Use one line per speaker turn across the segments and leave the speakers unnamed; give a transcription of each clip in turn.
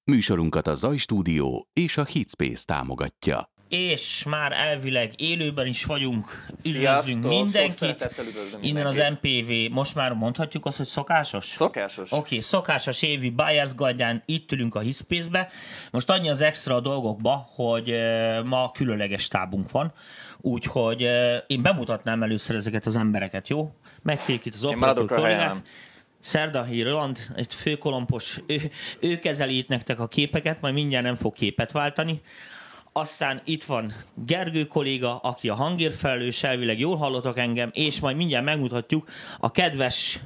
Műsorunkat a Zaj Stúdió és a Hitspace támogatja.
És már elvileg élőben is vagyunk. Üdvözlünk mindenkit. Innen az MPV, most már mondhatjuk azt, hogy szokásos?
Szokásos.
Oké, szokásos évi Buyers Guide-ján itt ülünk a Hitspace-be. Most annyi az extra a dolgokba, hogy ma különleges stábunk van. Úgyhogy én bemutatnám először ezeket az embereket, jó? Megkérjük itt az operatőr kollégát. Szerdahelyi Roland, egy főkolompos, ő kezeli itt nektek a képeket, majd mindjárt nem fog képet váltani. Aztán itt van Gergő kolléga, aki a hangért felelős, elvileg jól hallottak engem, és majd mindjárt megmutatjuk a kedves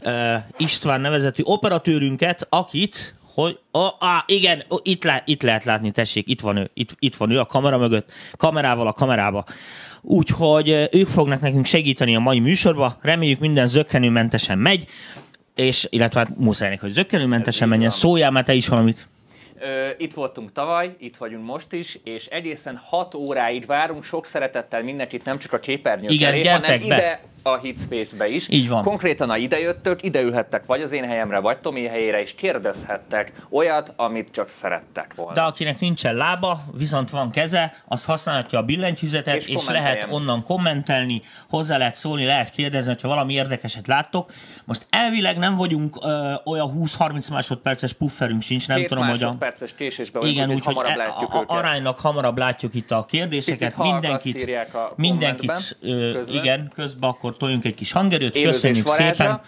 István nevezetű operatőrünket, akit, igen, itt lehet látni, tessék, itt van ő a kamera mögött, kamerával a kamerába. Úgyhogy ők fognak nekünk segíteni a mai műsorba, reméljük minden zökkenőmentesen megy, és illetve hát muszáj, hogy zökkenőmentesen menjen, szóljál már te is valamit.
Itt voltunk tavaly, itt vagyunk most is, és egészen 6 óráig várunk, sok szeretettel mindenkit, nem csak a képernyők elé, hanem ide a Hitspace-be is.
Így van.
Konkrétan, ha idejöttök, ideülhettek vagy az én helyemre, vagy Tomi helyére, és kérdezhettek olyat, amit csak szerettek volna.
De akinek nincsen lába, viszont van keze, az használhatja a billentyűzetet, és lehet onnan kommentelni, hozzá lehet szólni, lehet kérdezni, hogyha valami érdekeset láttok. Most elvileg nem vagyunk olyan 20-30 másodperces pufferünk sincs, nem tudom, hogy
másodperces késésben vagyunk,
igen, úgyhogy
hamarabb látjuk őket.
Aránylag hamarabb látjuk itt a kérdéseket, mindenkit igen, közben akkor toljunk egy kis hangerőt, köszönjük szépen.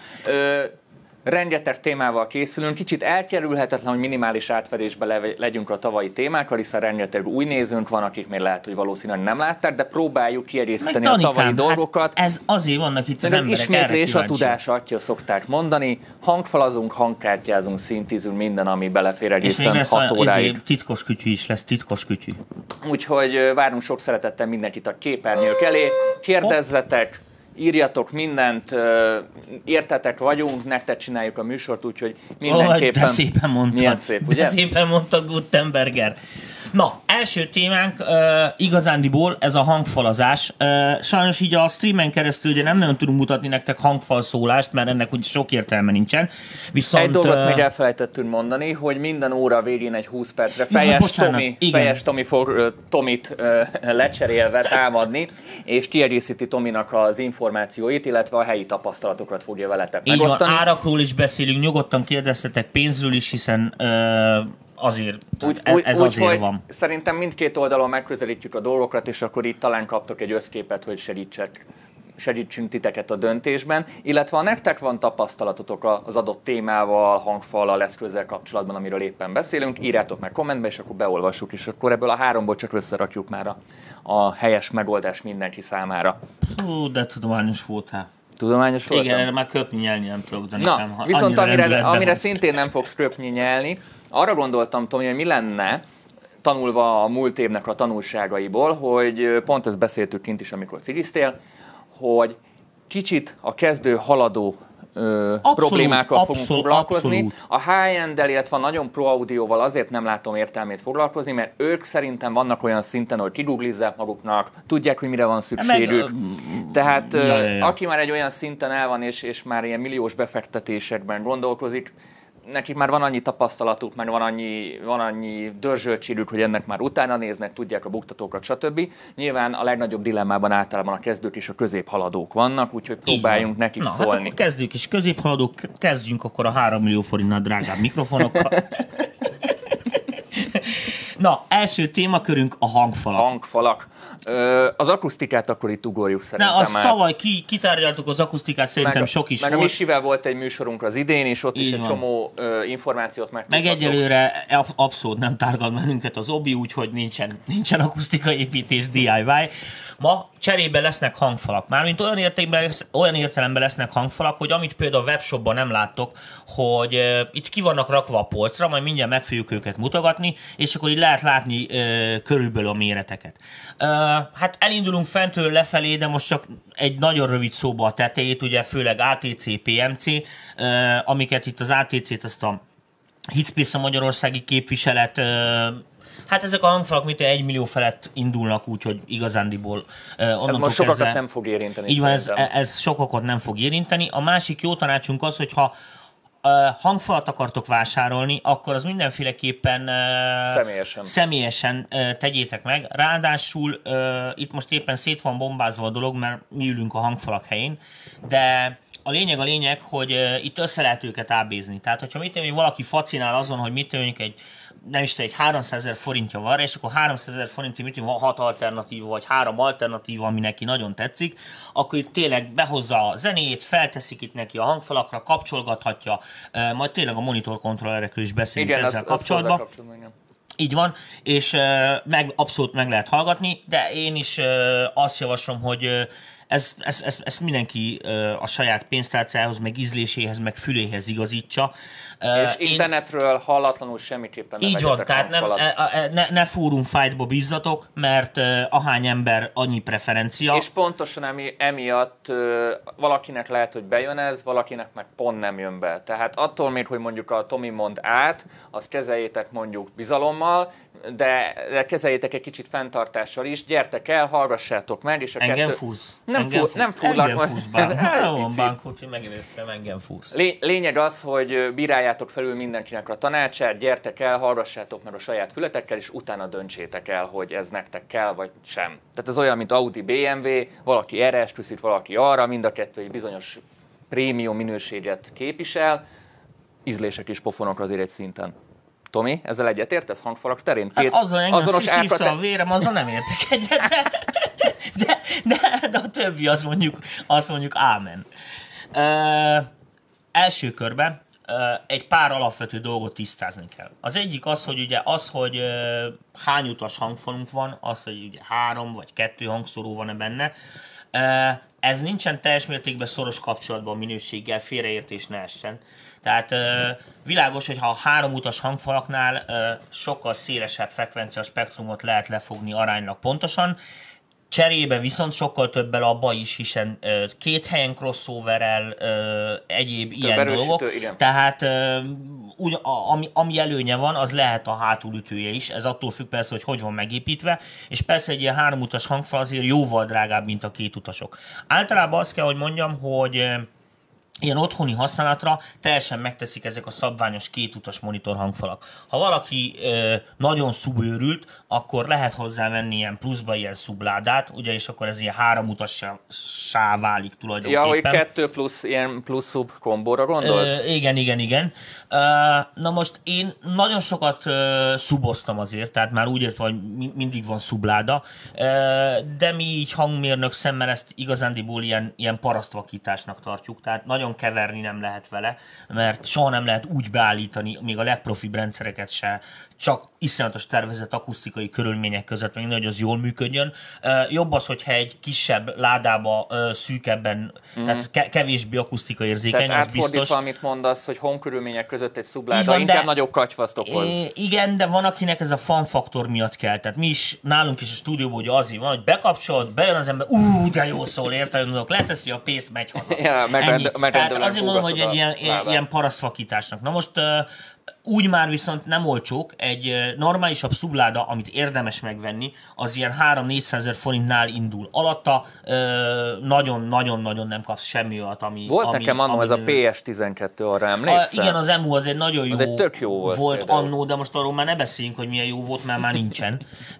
Rengeteg témával készülünk, kicsit elkerülhetetlen, hogy minimális átfedésbe legyünk a tavalyi témákkal, hiszen rengeteg új nézőnk van, akik még lehet, hogy valószínűleg nem látták, de próbáljuk kiegészíteni a tavalyi dolgokat.
Hát ez azért vannak itt az emberek,
ismétlés a tudás atya, szokták mondani, hangfalazunk, hangkártyázunk, szintízünk, minden, ami belefér egészen 6 óráig.
Titkos kütyű is lesz, titkos kütyű.
Úgyhogy várunk sok szeretettel mindenkit a képernyők elé, kérdezzetek, írjatok mindent, értetek vagyunk, nektek csináljuk a műsort, úgyhogy mindenképpen...
De szépen mondtad,
milyen szép, ugye?
De szépen mondtad, Gutenberger. Na, első témánk igazándiból ez a hangfalazás. Sajnos így a streamen keresztül ugye nem nagyon tudunk mutatni nektek hangfalszólást, mert ennek úgy sok értelme nincsen. Viszont,
egy dolgot még elfelejtettünk mondani, hogy minden óra végén egy 20 percre Fejes Tomi fog Tomit lecserélve támadni, és kiegészíti Tominak az információit, illetve a helyi tapasztalatokat fogja veletek megosztani.
Így van, árakról is beszélünk, nyugodtan kérdeztetek pénzről is, hiszen... Azért, azért van.
Szerintem mindkét oldalon megközelítjük a dolgokat, és akkor itt talán kaptok egy összképet, hogy segítsünk titeket a döntésben, illetve ha nektek van tapasztalatotok az adott témával, hangfallal, eszközzel kapcsolatban, amiről éppen beszélünk, írjátok meg kommentbe, és akkor beolvassuk, és akkor ebből a 3-ból csak összerakjuk már a helyes megoldás mindenki számára.
De tudományos voltál.
Tudományos voltam?
Igen, erre már köpni nyelni nem tudok, de
na,
nekem
viszont amire szintén nem fogsz köpni nyelni, arra gondoltam, Tomi, hogy mi lenne, tanulva a múlt évnek a tanulságaiból, hogy pont ezt beszéltük kint is, amikor cigiztél, hogy kicsit a kezdő haladó problémákkal fogunk foglalkozni.
Abszolút.
A high-end-del, illetve a nagyon pro audióval azért nem látom értelmét foglalkozni, mert ők szerintem vannak olyan szinten, hogy kiguglizzák maguknak, tudják, hogy mire van szükségük. Tehát aki már egy olyan szinten el van, és már ilyen milliós befektetésekben gondolkozik, nekik már van annyi tapasztalatuk, már van annyi dörzsöltségük, hogy ennek már utána néznek, tudják a buktatókat, stb. Nyilván a legnagyobb dilemmában általában a kezdők és a középhaladók vannak, úgyhogy próbáljunk nekik szólni. Hát
akkor kezdők és középhaladók, kezdjünk akkor a 3 millió forintnál drágább mikrofonokkal. Na, első témakörünk a hangfalak.
Hangfalak. Az akusztikát akkor itt ugorjuk szerintem.
Na, azt tavaly kitárgyaltuk az akusztikát, szerintem sok is volt.
Meg a Misivel volt egy műsorunk az idén, és ott így is egy csomó információt megtudhatok.
Meg egyelőre abszolút nem tárgal bennünket az obi, úgyhogy nincsen akusztikai építés DIY. Ma cserébe lesznek hangfalak. Mármint olyan értelemben lesznek hangfalak, hogy amit például a webshopban nem láttok, hogy itt ki vannak rakva a polcra, majd mindjárt meg fogjuk őket mutogatni, és akkor így lehet látni körülbelül a méreteket. Hát elindulunk fentről lefelé, de most csak egy nagyon rövid szóba a tetejét, ugye főleg ATC, PMC, amiket itt az ATC-t, azt a Hitspace a magyarországi képviselet, hát ezek a hangfalak mint 1 millió felett indulnak, úgyhogy igazándiból
ez most sokakat nem fog érinteni.
Így van, ez sokakat nem fog érinteni. A másik jó tanácsunk az, hogyha hangfalat akartok vásárolni, akkor az mindenféleképpen személyesen tegyétek meg. Ráadásul itt most éppen szét van bombázva a dolog, mert mi ülünk a hangfalak helyén, de a lényeg, hogy itt össze lehet őket ábézni. Tehát, hogyha hogy valaki fascinál azon, hogy egy 300 000 forintja van, és akkor 300 000 forintja van 6 alternatíva, vagy 3 alternatíva, ami neki nagyon tetszik, akkor itt tényleg behozza a zenét, felteszik itt neki a hangfalakra, kapcsolgathatja, majd tényleg a monitorkontrollerekről is beszélünk ezzel kapcsolatban. Így van, és abszolút meg lehet hallgatni, de én is azt javaslom, hogy ezt mindenki a saját pénztárcájához, meg ízléséhez, meg füléhez igazítsa.
És internetről hallatlanul semmiképpen nem
így van, tehát ne fórum fightba bízzatok, mert ahány ember, annyi preferencia.
És pontosan emiatt valakinek lehet, hogy bejön ez, valakinek meg pont nem jön be. Tehát attól még, hogy mondjuk a Tomi mond át, azt kezeljétek mondjuk bizalommal, de kezeljétek egy kicsit fenntartással is, gyertek el, hallgassátok meg, és a
engem fúrsz.
Nem fúrlak.
Engem fúrsz, Bánkot, megnéztem, engem fúrsz.
Lényeg az, hogy bíráljátok felül mindenkinek a tanácsát, gyertek el, hallgassátok meg a saját fületekkel, és utána döntsétek el, hogy ez nektek kell, vagy sem. Tehát ez olyan, mint Audi, BMW, valaki erre esküszik, valaki arra, mind a kettő egy bizonyos prémium minőséget képvisel, ízlések is pofonok azért egy szinten. Tomi, ezzel egyetértesz hangfalak terén?
Hát azzal engem szívta a vérem, azzal nem értek egyet, de a többi azt mondjuk ámen. Első körben egy pár alapvető dolgot tisztázni kell. Az egyik az, hogy hány utas hangfalunk van, az, hogy ugye 3 vagy 2 hangszóró van-e benne. Ez nincsen teljes mértékben szoros kapcsolatban a minőséggel, félreértés ne essen. Tehát világos, hogy ha a 3 utas hangfalaknál sokkal szélesebb frekvencia spektrumot lehet lefogni aránylag pontosan, cserébe viszont sokkal többel abba is, hiszen 2 helyen crossoverrel, egyéb ilyen dolgok. Igen. Tehát ami előnye van, az lehet a hátulütője is. Ez attól függ persze, hogy van megépítve, és persze egy ilyen 3 utas hangfal azért jóval drágább, mint a 2 utasok. Általában azt kell, hogy mondjam, hogy ilyen otthoni használatra teljesen megteszik ezek a szabványos 2 utas monitor hangfalak. Ha valaki nagyon szubőrült, akkor lehet hozzá venni ilyen pluszba ilyen szubládát, ugye, és akkor ez ilyen 3 utassá válik tulajdonképpen.
Ja, hogy 2 plusz ilyen plusz szub kombóra gondolsz?
Igen. Na most én nagyon sokat szuboztam azért, tehát már úgy értve, hogy mindig van szubláda, de mi így hangmérnök szemmel ezt igazándiból ilyen parasztvakításnak tartjuk, tehát nagyon keverni nem lehet vele, mert soha nem lehet úgy beállítani, még a legprofibb rendszereket se, csak iszonyatos tervezett akusztikai körülmények között, meg hogy az jól működjön. Jobb az, hogyha egy kisebb ládába, szűkebben, tehát kevésbé akusztika érzékeny,
tehát
az biztos. Tehát
amit mondasz, hogy hangkörülmények között egy szubláda inkább nagyobb katyvaszt okoz.
Igen, de van, akinek ez a fan-faktor miatt kell. Tehát mi is, nálunk is a stúdióban ugye azért van, hogy bekapcsolod, bejön az ember, de jó szól, érted, leteszi a pészt, megy haza.
Ja,
tehát azért mondom, hogy egy ilyen parasztvakításnak. Na most úgy már viszont nem olcsók, egy normálisabb szubláda, amit érdemes megvenni, az ilyen 300-400 000 forintnál indul. Alatta nagyon-nagyon nem kapsz semmi olyat, ami...
Volt nekem annó ez a PS12, arra emlékszel?
Igen, az EMU az egy nagyon jó,
egy tök jó
volt annó, de most arról már ne beszéljünk, hogy milyen jó volt, mert már nincsen.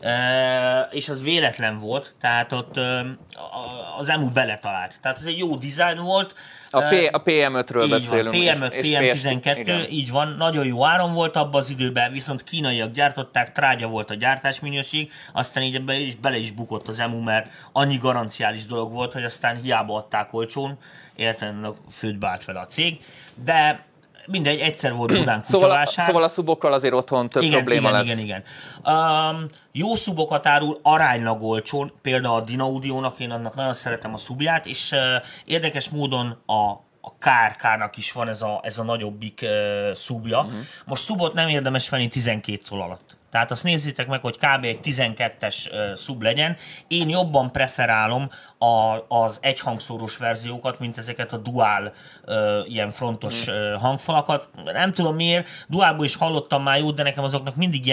És az véletlen volt, tehát ott az EMU beletalált. Tehát ez egy jó dizájn volt.
A PM5-ről beszélünk.
PM5, PM12, így van, nagyon jó áron volt abban az időben, viszont kínaiak gyártották, trágya volt a gyártásminőség, aztán így ebbe is bele is bukott az EMU, mert annyi garanciális dolog volt, hogy aztán hiába adták olcsón, értelemben főt állt vele a cég, de mindegy, egyszer volt Budán kutyavásár.
Szóval a szubokkal azért otthon több probléma lesz.
Igen. Jó szubokat árul aránylag olcsón, például a Dinaudionak, én annak nagyon szeretem a szubját, és érdekes módon a KRK-nak is van ez a nagyobbik szubja. Most szubot nem érdemes venni 12 szól alatt. Tehát azt nézzétek meg, hogy kb. Egy 12-es szub legyen. Én jobban preferálom az egyhangszórós verziókat, mint ezeket a dual ilyen frontos hangfalakat. Nem tudom miért, duálból is hallottam már jót, de nekem azoknak mindig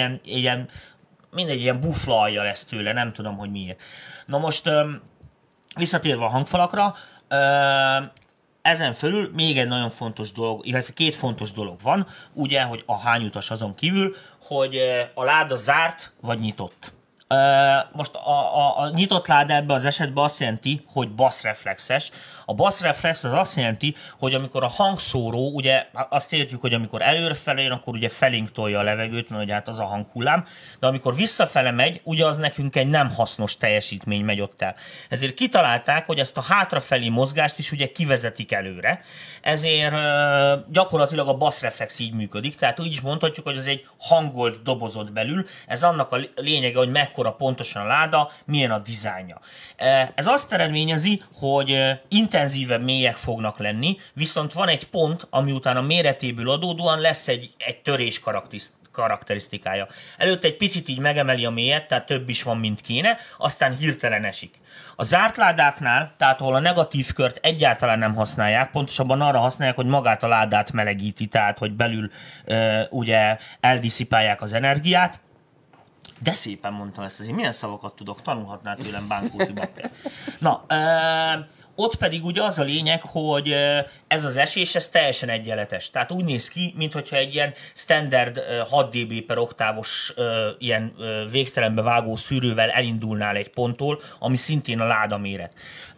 ilyen bufla alja lesz tőle, nem tudom, hogy miért. Na most visszatérve a hangfalakra, ezen fölül még egy nagyon fontos dolog, illetve két fontos dolog van, ugye, hogy a hányutas azon kívül, hogy a láda zárt vagy nyitott. Most a nyitott láda ebben az esetben azt jelenti, hogy basszreflexes. A basszreflex az azt jelenti, hogy amikor a hangszóró, ugye azt értjük, hogy amikor előrefele jön, akkor ugye felénk tolja a levegőt, mert ugye hát az a hanghullám, de amikor visszafele megy, ugye az nekünk egy nem hasznos teljesítmény megy ott el. Ezért kitalálták, hogy ezt a hátrafelé mozgást is ugye kivezetik előre, ezért gyakorlatilag a basszreflex így működik, tehát úgy is mondhatjuk, hogy ez egy hangolt dobozot belül, ez annak a lényege, hogy mekkora pontosan a láda, milyen a dizájnja. Ez azt eredményezi, hogy intenzívebb mélyek fognak lenni, viszont van egy pont, ami után a méretéből adódóan lesz egy törés karakterisztikája. Előtte egy picit így megemeli a mélyet, tehát több is van, mint kéne, aztán hirtelen esik. A zárt ládáknál, tehát ahol a negatív kört egyáltalán nem használják, pontosabban arra használják, hogy magát a ládát melegíti, tehát hogy belül ugye eldiszipálják az energiát. De szépen mondtam ezt, azért milyen szavakat tudok, tanulhatnál tőlem Bánkóti Bakker. Na, ott pedig ugye az a lényeg, hogy ez az esés, ez teljesen egyenletes. Tehát úgy néz ki, mintha egy ilyen standard 6 dB per oktávos ilyen végtelenbe vágó szűrővel elindulnál egy ponttól, ami szintén a láda méret.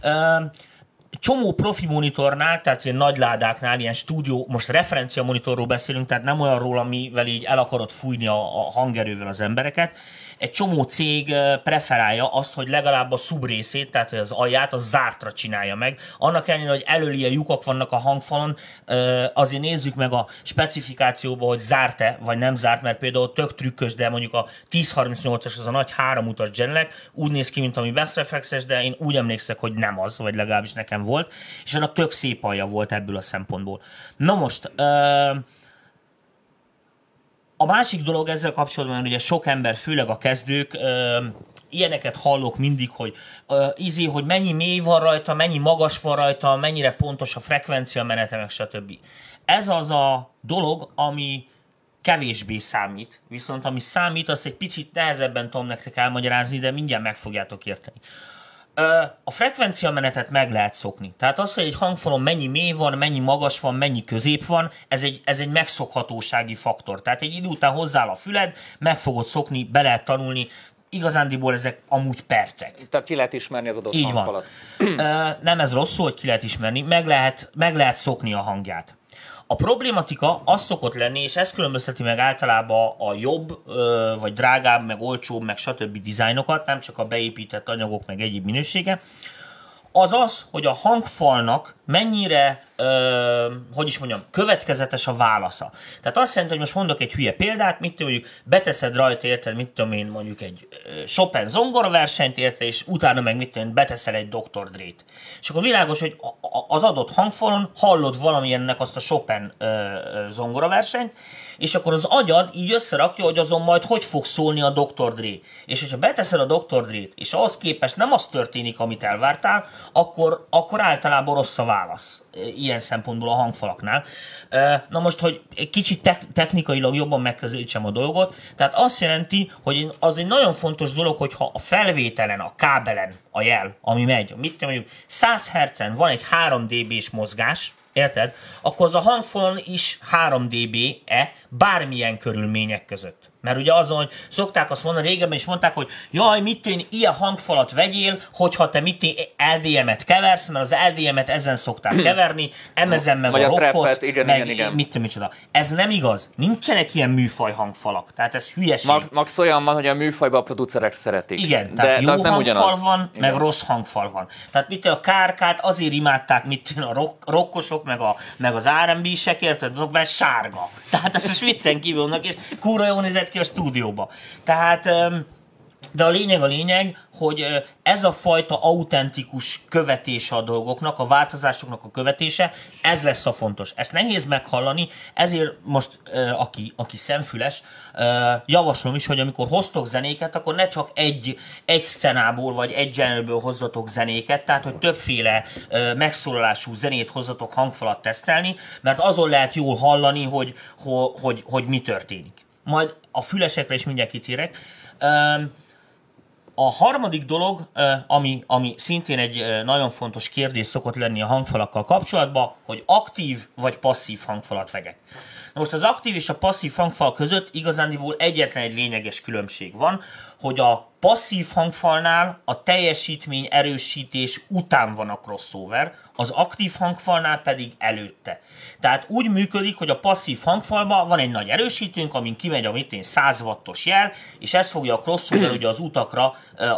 Csomó profi monitornál, tehát ilyen nagy ládáknál, ilyen stúdió, most referencia monitorról beszélünk, tehát nem olyanról, amivel így el akarod fújni a hangerővel az embereket. Egy csomó cég preferálja azt, hogy legalább a szubrészét, tehát az alját, az zártra csinálja meg. Annak ellenére, hogy elől ilyen lyukak vannak a hangfalon, azért nézzük meg a specifikációba, hogy zárt-e, vagy nem zárt, mert például tök trükkös, de mondjuk a 1038-as, az a nagy 3 utas Genelec, úgy néz ki, mint ami basszreflexes, de én úgy emlékszek, hogy nem az, vagy legalábbis nekem volt, és annak tök szép alja volt ebből a szempontból. Na most... A másik dolog ezzel kapcsolatban, hogy ugye sok ember, főleg a kezdők, ilyeneket hallok mindig, hogy hogy mennyi mély van rajta, mennyi magas van rajta, mennyire pontos a frekvencia menete, meg stb. Ez az a dolog, ami kevésbé számít, viszont ami számít, azt egy picit nehezebben tudom nektek elmagyarázni, de mindjárt meg fogjátok érteni. A frekvencia menetet meg lehet szokni. Tehát az, hogy egy hangfalon mennyi mély van, mennyi magas van, mennyi közép van, ez egy megszokhatósági faktor. Tehát egy idő után hozzááll a füled, meg fogod szokni, be lehet tanulni, igazándiból ezek amúgy percek.
Tehát ki lehet ismerni az adott
így
hangfalat.
Nem ez rossz szó, hogy ki lehet ismerni, meg lehet szokni a hangját. A problématika az szokott lenni, és ez különbözteti meg általában a jobb, vagy drágább, meg olcsóbb, meg stb. Dizájnokat, nem csak a beépített anyagok, meg egyéb minősége, az, hogy a hangfalnak mennyire, következetes a válasza. Tehát azt jelenti, hogy most mondok egy hülye példát, mondjuk beteszed rajta, érted, mit tudom én, mondjuk egy Chopin zongoraversenyt, érted, és utána meg beteszel egy Dr. Dre-t. És akkor világos, hogy az adott hangfalon hallod valamilyennek azt a Chopin zongoraversenyt, és akkor az agyad így összerakja, hogy azon majd hogy fog szólni a Dr. Dre. És hogyha beteszed a Dr. Dre-t, és ahhoz képest nem az történik, amit elvártál, akkor általában rossz a válasz ilyen szempontból a hangfalaknál. Na most, hogy egy kicsit technikailag jobban megközelítsem a dolgot, tehát azt jelenti, hogy az egy nagyon fontos dolog, hogyha a felvételen, a kábelen a jel, ami megy, mondjuk 100 Hz-en van egy 3 dB-s mozgás, érted? Akkor az a hangfalon is 3 dB-e bármilyen körülmények között. Mert ugye azon, hogy szokták azt mondani, régebben is mondták, hogy jaj, ilyen hangfalat vegyél, hogyha te LDM-et keversz, mert az LDM-et ezen szokták keverni, emezen meg a rockot,
igen.
Micsoda. Ez nem igaz. Nincsenek ilyen műfaj hangfalak. Tehát ez hülyeség.
Max olyan van, hogy a műfajban a producerek szeretik.
Igen, tehát jó
az nem
hangfal
ugyanaz.
van, igen. Meg rossz hangfal van. Tehát a kárkát azért imádták, a rockosok, meg az R&B-sek, érted? Mert sárga. Tehát ez most viccen kívül vannak, és kurva jól nézett ki a stúdióba. Tehát, de a lényeg, hogy ez a fajta autentikus követése a dolgoknak, a változásoknak a követése, ez lesz a fontos. Ezt nehéz meghallani, ezért most, aki szemfüles, javaslom is, hogy amikor hoztok zenéket, akkor ne csak egy szcenából, vagy egy zsenerből hozzatok zenéket, tehát, hogy többféle megszólalású zenét hozzatok hangfalat tesztelni, mert azon lehet jól hallani, hogy mi történik. Majd a fülesekre is mindjárt kitérek. A harmadik dolog, ami szintén egy nagyon fontos kérdés szokott lenni a hangfalakkal kapcsolatban, hogy aktív vagy passzív hangfalat vegyek. Na most az aktív és a passzív hangfal között igazándiból egyetlen egy lényeges különbség van, hogy a passzív hangfalnál a teljesítmény erősítés után van a crossover, az aktív hangfalnál pedig előtte. Tehát úgy működik, hogy a passzív hangfalban van egy nagy erősítőnk, amin kimegy a 100 wattos jel, és ez fogja a crossover ugye az utakra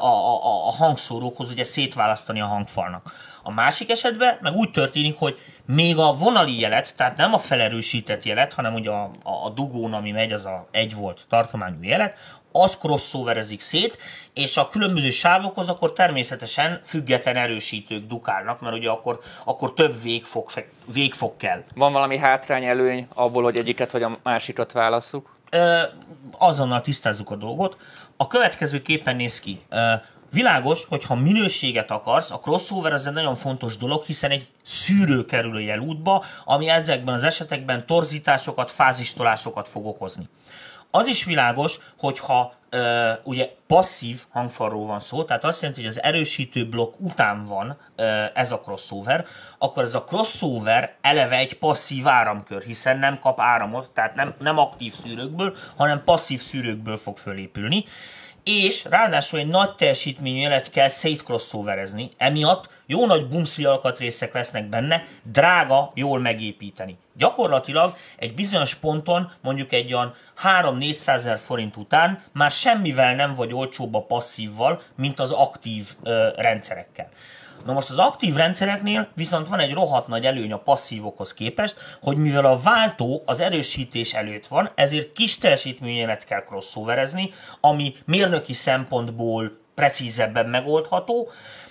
a hangszórókhoz ugye szétválasztani a hangfalnak. A másik esetben meg úgy történik, hogy még a vonali jelet, tehát nem a felerősített jelet, hanem ugye a dugón, ami megy, az a 1 volt tartományú jelet, az crossoverezik szét, és a különböző sávokhoz akkor természetesen független erősítők dukálnak, mert ugye akkor több végfog kell.
Van valami hátrány, előny abból, hogy egyiket vagy a másikat válasszuk?
Azonnal tisztázzuk a dolgot. A következő képen néz ki. Világos, hogy ha minőséget akarsz, a crossover az egy nagyon fontos dolog, hiszen egy szűrő kerül a jelútba, ami ezekben az esetekben torzításokat, fázistolásokat fog okozni. Az is világos, hogyha ugye passzív hangfalról van szó, tehát azt jelenti, hogy az erősítő blokk után van ez a crossover, akkor ez a crossover eleve egy passzív áramkör, hiszen nem kap áramot, tehát nem aktív szűrőkből, hanem passzív szűrőkből fog fölépülni, és ráadásul egy nagy teljesítményű jelet kell szétcrossoverezni, emiatt jó nagy bumszli alkatrészek lesznek benne, drága jól megépíteni. Gyakorlatilag egy bizonyos ponton, mondjuk egy olyan 3-400 ezer forint után már semmivel nem vagy olcsóbb a passzívval, mint az aktív rendszerekkel. Na most az aktív rendszereknél viszont van egy rohadt nagy előny a passzívokhoz képest, hogy mivel a váltó az erősítés előtt van, ezért kis teljesítményjelet kell crossoverezni, ami mérnöki szempontból precízebben megoldható,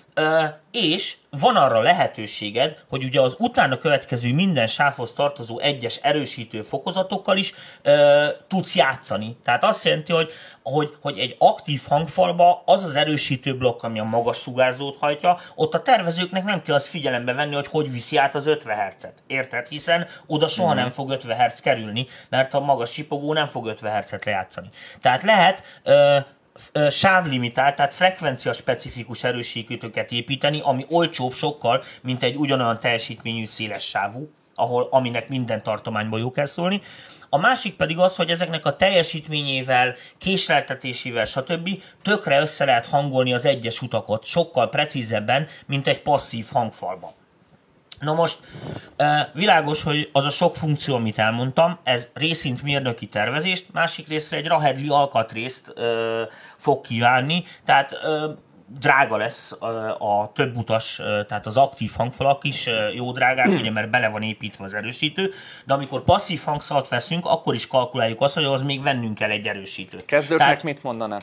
és van arra lehetőséged, hogy ugye az utána következő minden sávhoz tartozó egyes erősítő fokozatokkal is tudsz játszani. Tehát azt jelenti, hogy egy aktív hangfalba az az erősítő blokk, ami a magas sugárzót hajtja, ott a tervezőknek nem kell azt figyelembe venni, hogy viszi át az 50 Hz-et. Érted? Hiszen oda soha nem fog 50 Hz kerülni, mert a magas csipogó nem fog 50 Hz-et lejátszani. Tehát lehet sávlimitált, tehát frekvencia specifikus erősítőket építeni, ami olcsóbb sokkal, mint egy ugyanolyan teljesítményű széles sávú, aminek minden tartományban jó kell szólni. A másik pedig az, hogy ezeknek a teljesítményével, késleltetésével, stb. Tökre össze lehet hangolni az egyes utakat sokkal precízebben, mint egy passzív hangfalban. Na most világos, hogy az a sok funkció, amit elmondtam, ez részint mérnöki tervezést, másik részre egy Rahedli alkatrészt fog kívánni, tehát drága lesz a több utas, tehát az aktív hangfalak is jó drágák, ugye, mert bele van építve az erősítő, de amikor passzív hangfalat veszünk, akkor is kalkuláljuk azt, hogy az még vennünk kell egy erősítőt.
Kezdőknek tehát, mit mondanál?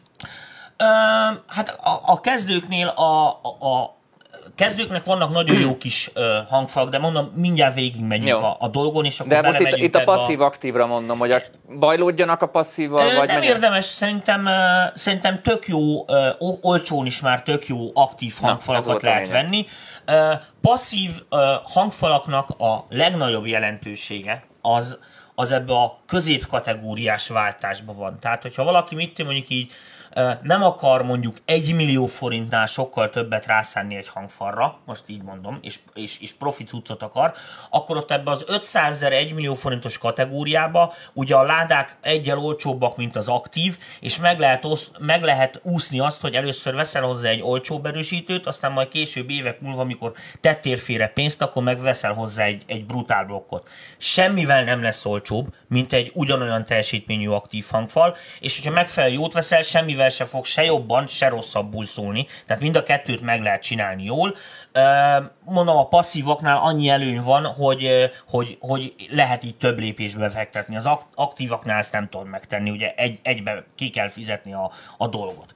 Hát a kezdőknél a kezdőknek vannak nagyon jó kis hangfalak, de mondom, mindjárt végigmegyünk a dolgon, és akkor
de most itt a passzív-aktívra mondom, hogy bajlódjanak a passzívval, vagy
nem érdemes, szerintem tök jó, olcsón is már tök jó aktív hangfalakat lehet venni. Passzív hangfalaknak a legnagyobb jelentősége az ebbe a középkategóriás váltásban van. Tehát, hogyha valaki mondjuk így nem akar mondjuk 1 millió forintnál sokkal többet rászánni egy hangfalra, most így mondom, és profi cuccot akar, akkor ott ebbe az 500 000 1 millió forintos kategóriába ugye a ládák egyel olcsóbbak, mint az aktív, és meg lehet úszni azt, hogy először veszel hozzá egy olcsóbb erősítőt, aztán majd később évek múlva, amikor tettél félre pénzt, akkor megveszel hozzá egy brutál blokkot. Semmivel nem lesz olcsóbb, mint egy ugyanolyan teljesítményű aktív hangfal, és hogyha megfelelő jót veszel, semmivel se fog se jobban, se rosszabbul szólni. Tehát mind a kettőt meg lehet csinálni jól. Mondom, a passzívoknál annyi előny van, hogy lehet így több lépésbe fektetni. Az aktívaknál ezt nem tudod megtenni, ugye egybe ki kell fizetni a dolgot.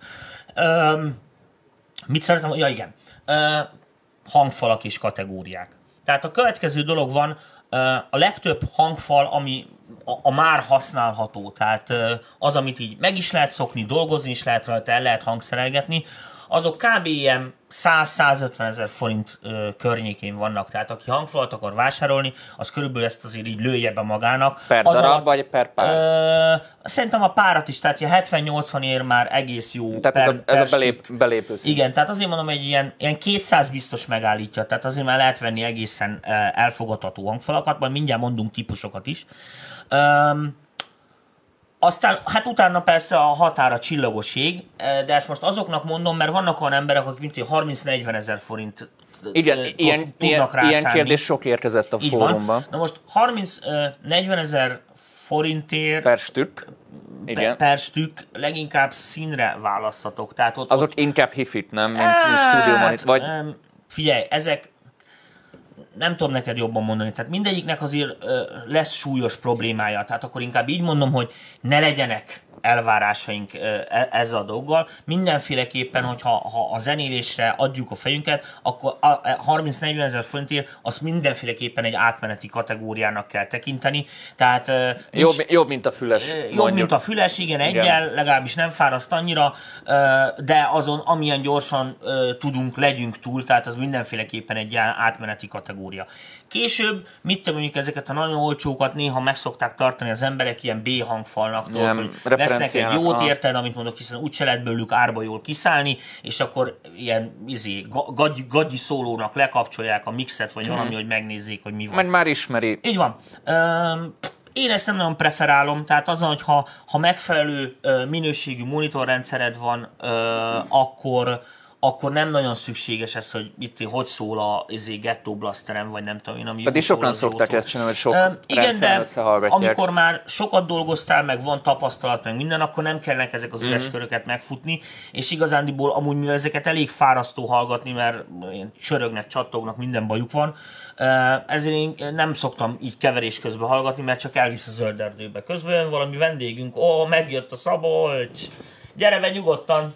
Mit szeretem? Ja, igen. Hangfalak és kategóriák. Tehát a következő dolog van, a legtöbb hangfal, ami a már használható, tehát az, amit így meg is lehet szokni, dolgozni is lehet rajta, el lehet hangszerelgetni, azok kb. Ilyen 100-150 ezer forint környékén vannak. Tehát aki hangfalat akar vásárolni, az körülbelül ezt azért így lője be magának.
Per darab vagy per pár?
Szerintem a párat is, tehát 70-80 ér már egész jó.
Tehát ez a belépő szint.
Igen, tehát azért mondom, egy ilyen 200 biztos megállítja, tehát azért már lehet venni egészen elfogadható hangfalakat, majd mindjárt mondunk típusokat is. Aztán, hát utána persze a határ a csillagos ég, de ezt most azoknak mondom, mert vannak olyan emberek, akik mint 30-40 ezer forint tudnak rá
ilyen
számít.
kérdés sok érkezett a fórumban.
Na most 30-40 ezer forintért per stück leginkább színre választhatok. Tehát
azok inkább hifit, nem? Mint stúdiómonit, vagy...
Figyelj, ezek nem tudom neked jobban mondani, tehát mindegyiknek azért lesz súlyos problémája, tehát akkor inkább így mondom, hogy ne legyenek elvárásaink ezzel a dolggal. Mindenféleképpen, hogyha a zenélésre adjuk a fejünket, akkor 30-40 ezer forintért azt mindenféleképpen egy átmeneti kategóriának kell tekinteni. Tehát,
jobb, mint a füles.
Jobb, mint a füles, igen, egyel, legalábbis nem fáraszt annyira, de azon, amilyen gyorsan tudunk, legyünk túl, tehát az mindenféleképpen egy átmeneti kategória. Később, mondjuk ezeket a nagyon olcsókat néha meg szokták tartani az emberek ilyen B hangfalnak, hogy vesznek egy jót, érted, amit mondok, hiszen úgyse lehet belőlük árba jól kiszállni, és akkor ilyen gagyi szólónak lekapcsolják a mixet, vagy valami, hogy megnézzék, hogy mi van.
Mert már ismeri.
Így van. Én ezt nem nagyon preferálom, tehát az, hogy ha megfelelő minőségű monitorrendszered van, akkor nem nagyon szükséges ez, hogy itt hogy szól a Ghetto Blasterem, vagy nem tudom én, ami
pedig sokan szokták ezt csinálni, hogy sok
igen, de
összehallgatják.
amikor már sokat dolgoztál, meg van tapasztalat, meg minden, akkor nem kellnek ezek az üres köröket megfutni, és igazándiból amúgy, mivel ezeket elég fárasztó hallgatni, mert csörögnek, csattognak, minden bajuk van, ezért én nem szoktam így keverés közben hallgatni, mert csak elvisz a zöld erdőbe. Közben jön valami vendégünk, megjött a Szabolcs, gyere be nyugodtan!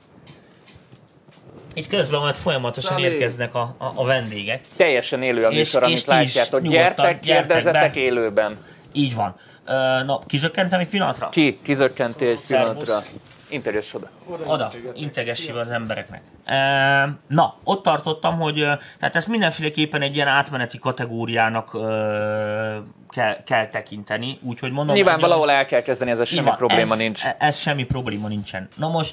Itt közben majd folyamatosan érkeznek a vendégek.
Teljesen élő a műsor, amit látjátok. Gyertek, kérdezzetek élőben.
Így van. Na, kizökkentem egy pillanatra?
Kizökkentél egy pillanatra. Integess
oda, integessél az embereknek. Na, ott tartottam, hogy tehát ezt mindenféleképpen egy ilyen átmeneti kategóriának kell tekinteni. Úgyhogy mondom,
nyilván valahol el kell kezdeni, ez semmi probléma nincs.
Ez semmi probléma nincsen. Na most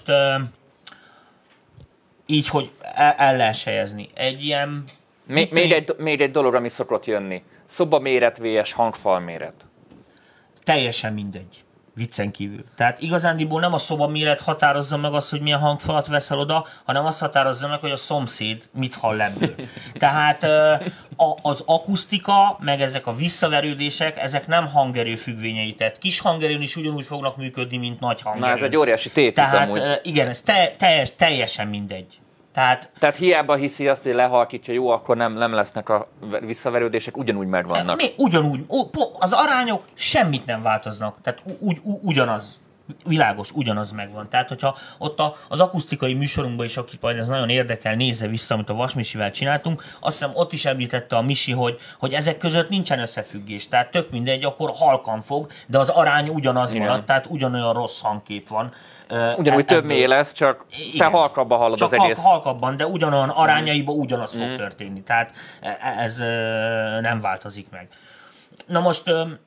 így, hogy el lehet helyezni. Egy ilyen...
Még egy dolog, ami szokott jönni. Szobaméret vs. hangfalméret.
Teljesen mindegy. Viccen kívül. Tehát igazándiból nem a szobaméret határozza meg azt, hogy milyen hangfalat veszel oda, hanem azt határozza meg, hogy a szomszéd mit hall ebből. Tehát az akusztika, meg ezek a visszaverődések, ezek nem hangerő függvényei. Tehát kis hangerőn is ugyanúgy fognak működni, mint nagy hangerőn.
Na, ez egy óriási tévhit.
Tehát
amúgy.
igen, ez teljesen mindegy.
Tehát hiába hiszi azt, hogy lehalkítja, jó, akkor nem lesznek a visszaverődések, ugyanúgy megvannak.
Ugyanúgy. Az arányok semmit nem változnak. Tehát ugyanaz. Világos, ugyanaz megvan. Tehát, hogyha ott az akusztikai műsorunkban is, aki majd ez nagyon érdekel, nézze vissza, amit a Vasmisivel csináltunk, azt hiszem ott is említette a Misi, hogy ezek között nincsen összefüggés. Tehát tök mindegy, akkor halkan fog, de az arány ugyanaz marad, tehát ugyanolyan rossz hangkép van.
Ugyanúgy több mély lesz, csak te halkabban hallod
csak
az egész.
Halkabban, de ugyanolyan arányaiban ugyanaz fog történni. Tehát ez nem változik meg. Na most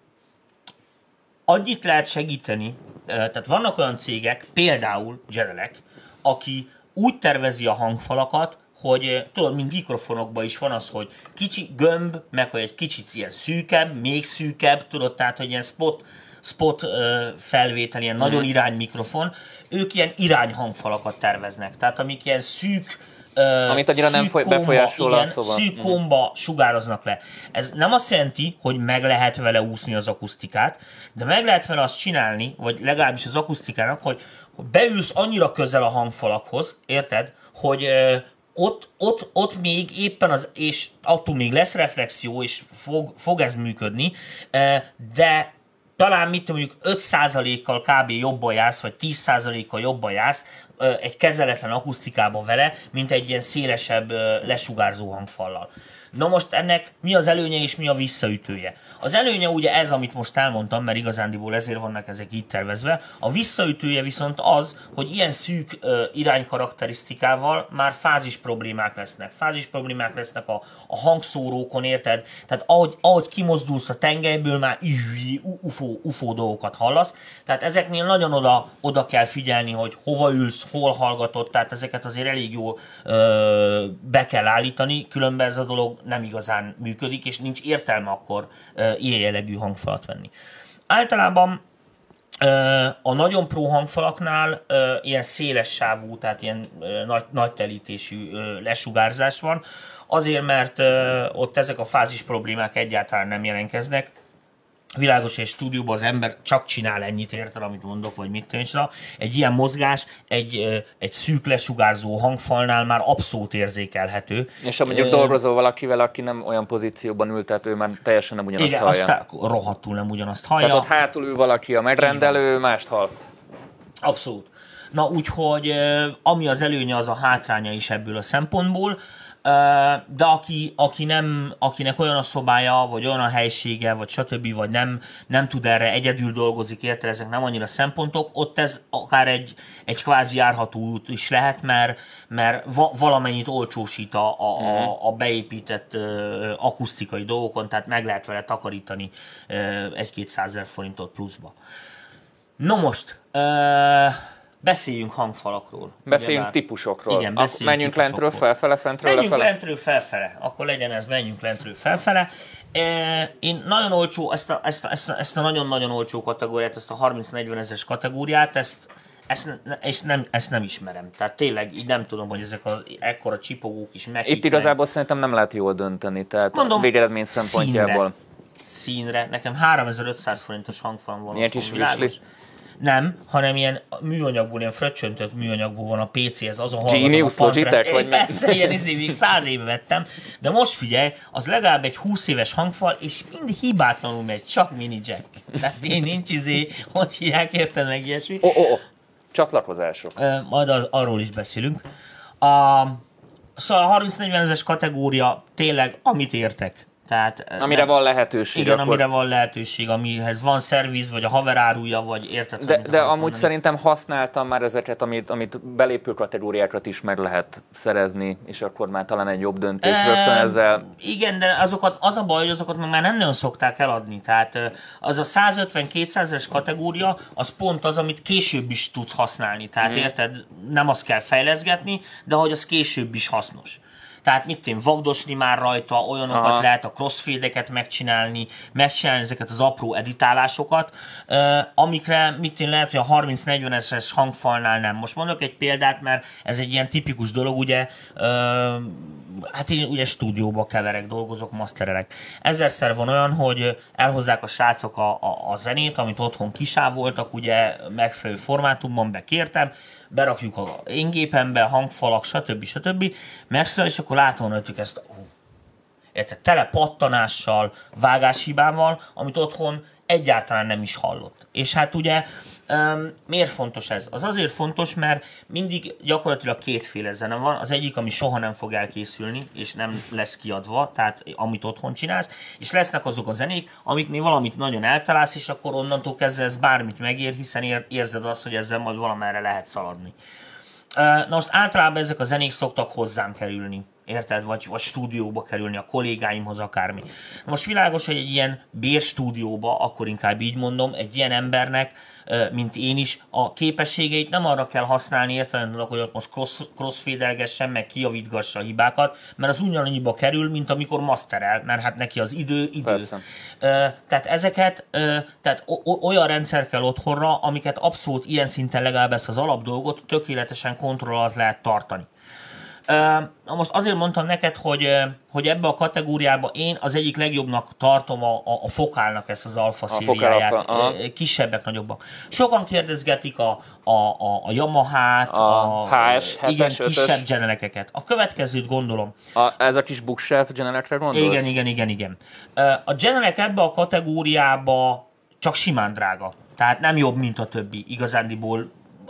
annyit lehet segíteni, tehát vannak olyan cégek, például Genelec, aki úgy tervezi a hangfalakat, hogy tudod, mint mikrofonokban is van az, hogy kicsi gömb, meg hogy egy kicsit ilyen szűkebb, még szűkebb, tudod, tehát hogy ilyen spot felvétel, ilyen nagyon irány mikrofon, ők ilyen irányhangfalakat terveznek, tehát amik ilyen szűk,
amit annyira nem befolyásol a szóval.
Szűk komba sugároznak le. Ez nem azt jelenti, hogy meg lehet vele úszni az akusztikát, de meg lehet vele azt csinálni, vagy legalábbis az akusztikának, hogy beülsz annyira közel a hangfalakhoz, érted, hogy ott még éppen és attól még lesz reflexió, és fog ez működni, de talán mondjuk 5%-kal kb. Jobban jársz, vagy 10%-kal jobban jársz egy kezeletlen akusztikában vele, mint egy ilyen szélesebb lesugárzó hangfallal. Na most ennek mi az előnye és mi a visszaütője? Az előnye ugye ez, amit most elmondtam, mert igazándiból ezért vannak ezek így tervezve. A visszaütője viszont az, hogy ilyen szűk iránykarakterisztikával már fázis problémák lesznek. Fázis problémák lesznek a hangszórókon, érted? Tehát ahogy kimozdulsz a tengelyből, már UFO dolgokat hallasz. Tehát ezeknél nagyon oda kell figyelni, hogy hova ülsz, hol hallgatod, tehát ezeket azért elég jól be kell állítani, különben ez a dolog nem igazán működik, és nincs értelme akkor ilyen jellegű hangfalat venni. Általában a nagyon pro hangfalaknál ilyen széles sávú, tehát ilyen nagy telítésű lesugárzás van, azért, mert ott ezek a fázis problémák egyáltalán nem jelentkeznek. Világos, hogy stúdióban az ember csak csinál ennyit, érted, amit mondok, vagy mit tűncsra. Egy ilyen mozgás egy szűk lesugárzó hangfalnál már abszolút érzékelhető.
És ha mondjuk dolgozol valakivel, aki nem olyan pozícióban ült, tehát ő már teljesen nem ugyanazt hallja. Igen,
aztán rohadtul nem ugyanazt hallja.
Tehát ott hátul ül valaki a megrendelő, mást hall.
Abszolút. Na úgyhogy ami az előnye, az a hátránya is ebből a szempontból. De akinek olyan a szobája, vagy olyan a helysége, vagy stb., vagy nem tud erre, egyedül dolgozik, érte, ezek nem annyira szempontok, ott ez akár egy kvázi járható út is lehet, mert valamennyit olcsósít a beépített akusztikai dolgokon, tehát meg lehet vele takarítani 1-200 ezer forintot pluszba. No most... Beszéljünk hangfalakról.
Beszéljünk típusokról.
Igen,
menjünk lentről felfele, fentről
menjünk
lefele?
lentről felfele. Akkor legyen ez, menjünk lentről felfele. Én nagyon olcsó, ezt a nagyon-nagyon olcsó kategóriát, ezt a 30-40 ezeres kategóriát, ezt nem ismerem. Tehát tényleg így nem tudom, hogy ezek az ekkora csipogók is megkiknek.
Itt igazából szerintem nem lehet jól dönteni, tehát
mondom,
végeredmény szempontjából.
Színre. Nekem 3500 forintos hangfalam van.
Ilyen kis viszli.
Nem, hanem ilyen műanyagból, ilyen fröccsöntött műanyagból van a PC-hez, azon
Genius, Logitech, vagy
persze, ilyen még 100 éve vettem, de most figyelj, az legalább egy 20 éves hangfal, és mind hibátlanul megy, csak mini jack. Tehát én nincs hogy hívják, érted meg ilyesmi.
Csatlakozások.
Majd arról is beszélünk. Szóval a 30-40 ezeres kategória tényleg, amit értek. Tehát,
amire van lehetőség.
Igen, amire van lehetőség, amihez van szerviz, vagy a haver árulja, vagy érted.
De amúgy mondani. Szerintem használtam már ezeket, amit belépő kategóriákat is meg lehet szerezni, és akkor már talán egy jobb döntés rögtön ezzel.
Igen, de az a baj, hogy azokat már nem nagyon szokták eladni. Tehát az a 150-200 ezeres kategória, az pont az, amit később is tudsz használni. Tehát érted, nem azt kell fejleszgetni, de hogy az később is hasznos. Tehát vagdosni már rajta, olyanokat lehet, a crossfade-eket megcsinálni ezeket az apró editálásokat, amikre lehet, hogy a 30-40 ezeres hangfalnál nem. Most mondok egy példát, mert ez egy ilyen tipikus dolog, ugye, hát én ugye stúdióba keverek, dolgozok, masterelek. Ezerszer van olyan, hogy elhozzák a srácok a zenét, amit otthon kisávoltak, ugye megfelelő formátumban bekértem, berakjuk a én gépembe, hangfalak, stb. Megszáll, és akkor látom rajtuk ezt tele pattanással, vágáshibával, amit otthon egyáltalán nem is hallott. És hát ugye miért fontos ez? Az azért fontos, mert mindig gyakorlatilag kétféle zene van. Az egyik, ami soha nem fog elkészülni, és nem lesz kiadva, tehát amit otthon csinálsz, és lesznek azok a zenék, amiknél valamit nagyon eltalálsz, és akkor onnantól kezdve ez bármit megér, hiszen érzed azt, hogy ezzel majd valamerre lehet szaladni. Na most általában ezek a zenék szoktak hozzám kerülni. Érted? Vagy stúdióba kerülni, a kollégáimhoz, akármi. Most világos, hogy egy ilyen bérstúdióba, akkor inkább így mondom, egy ilyen embernek, mint én is, a képességeit nem arra kell használni értelemben, hogy ott most crossfade-elgessen, meg kijavítgassa a hibákat, mert az ugyanannyiba kerül, mint amikor masterel, mert hát neki az idő. Tehát ezeket, tehát olyan rendszer kell otthonra, amiket abszolút ilyen szinten legalább ezt az alapdolgot tökéletesen kontroll alatt lehet tartani. Most azért mondtam neked, hogy ebbe a kategóriába én az egyik legjobbnak tartom a Focalnak ezt az alfa szériáját, kisebbek, nagyobbak. Sokan kérdezgetik a Yamahát, a igen, kisebb generekeket. A következőt gondolom.
Ez a kis bookshelf generekre gondolsz?
Igen. A generek ebbe a kategóriába csak simán drága. Tehát nem jobb, mint a többi. Igazándiból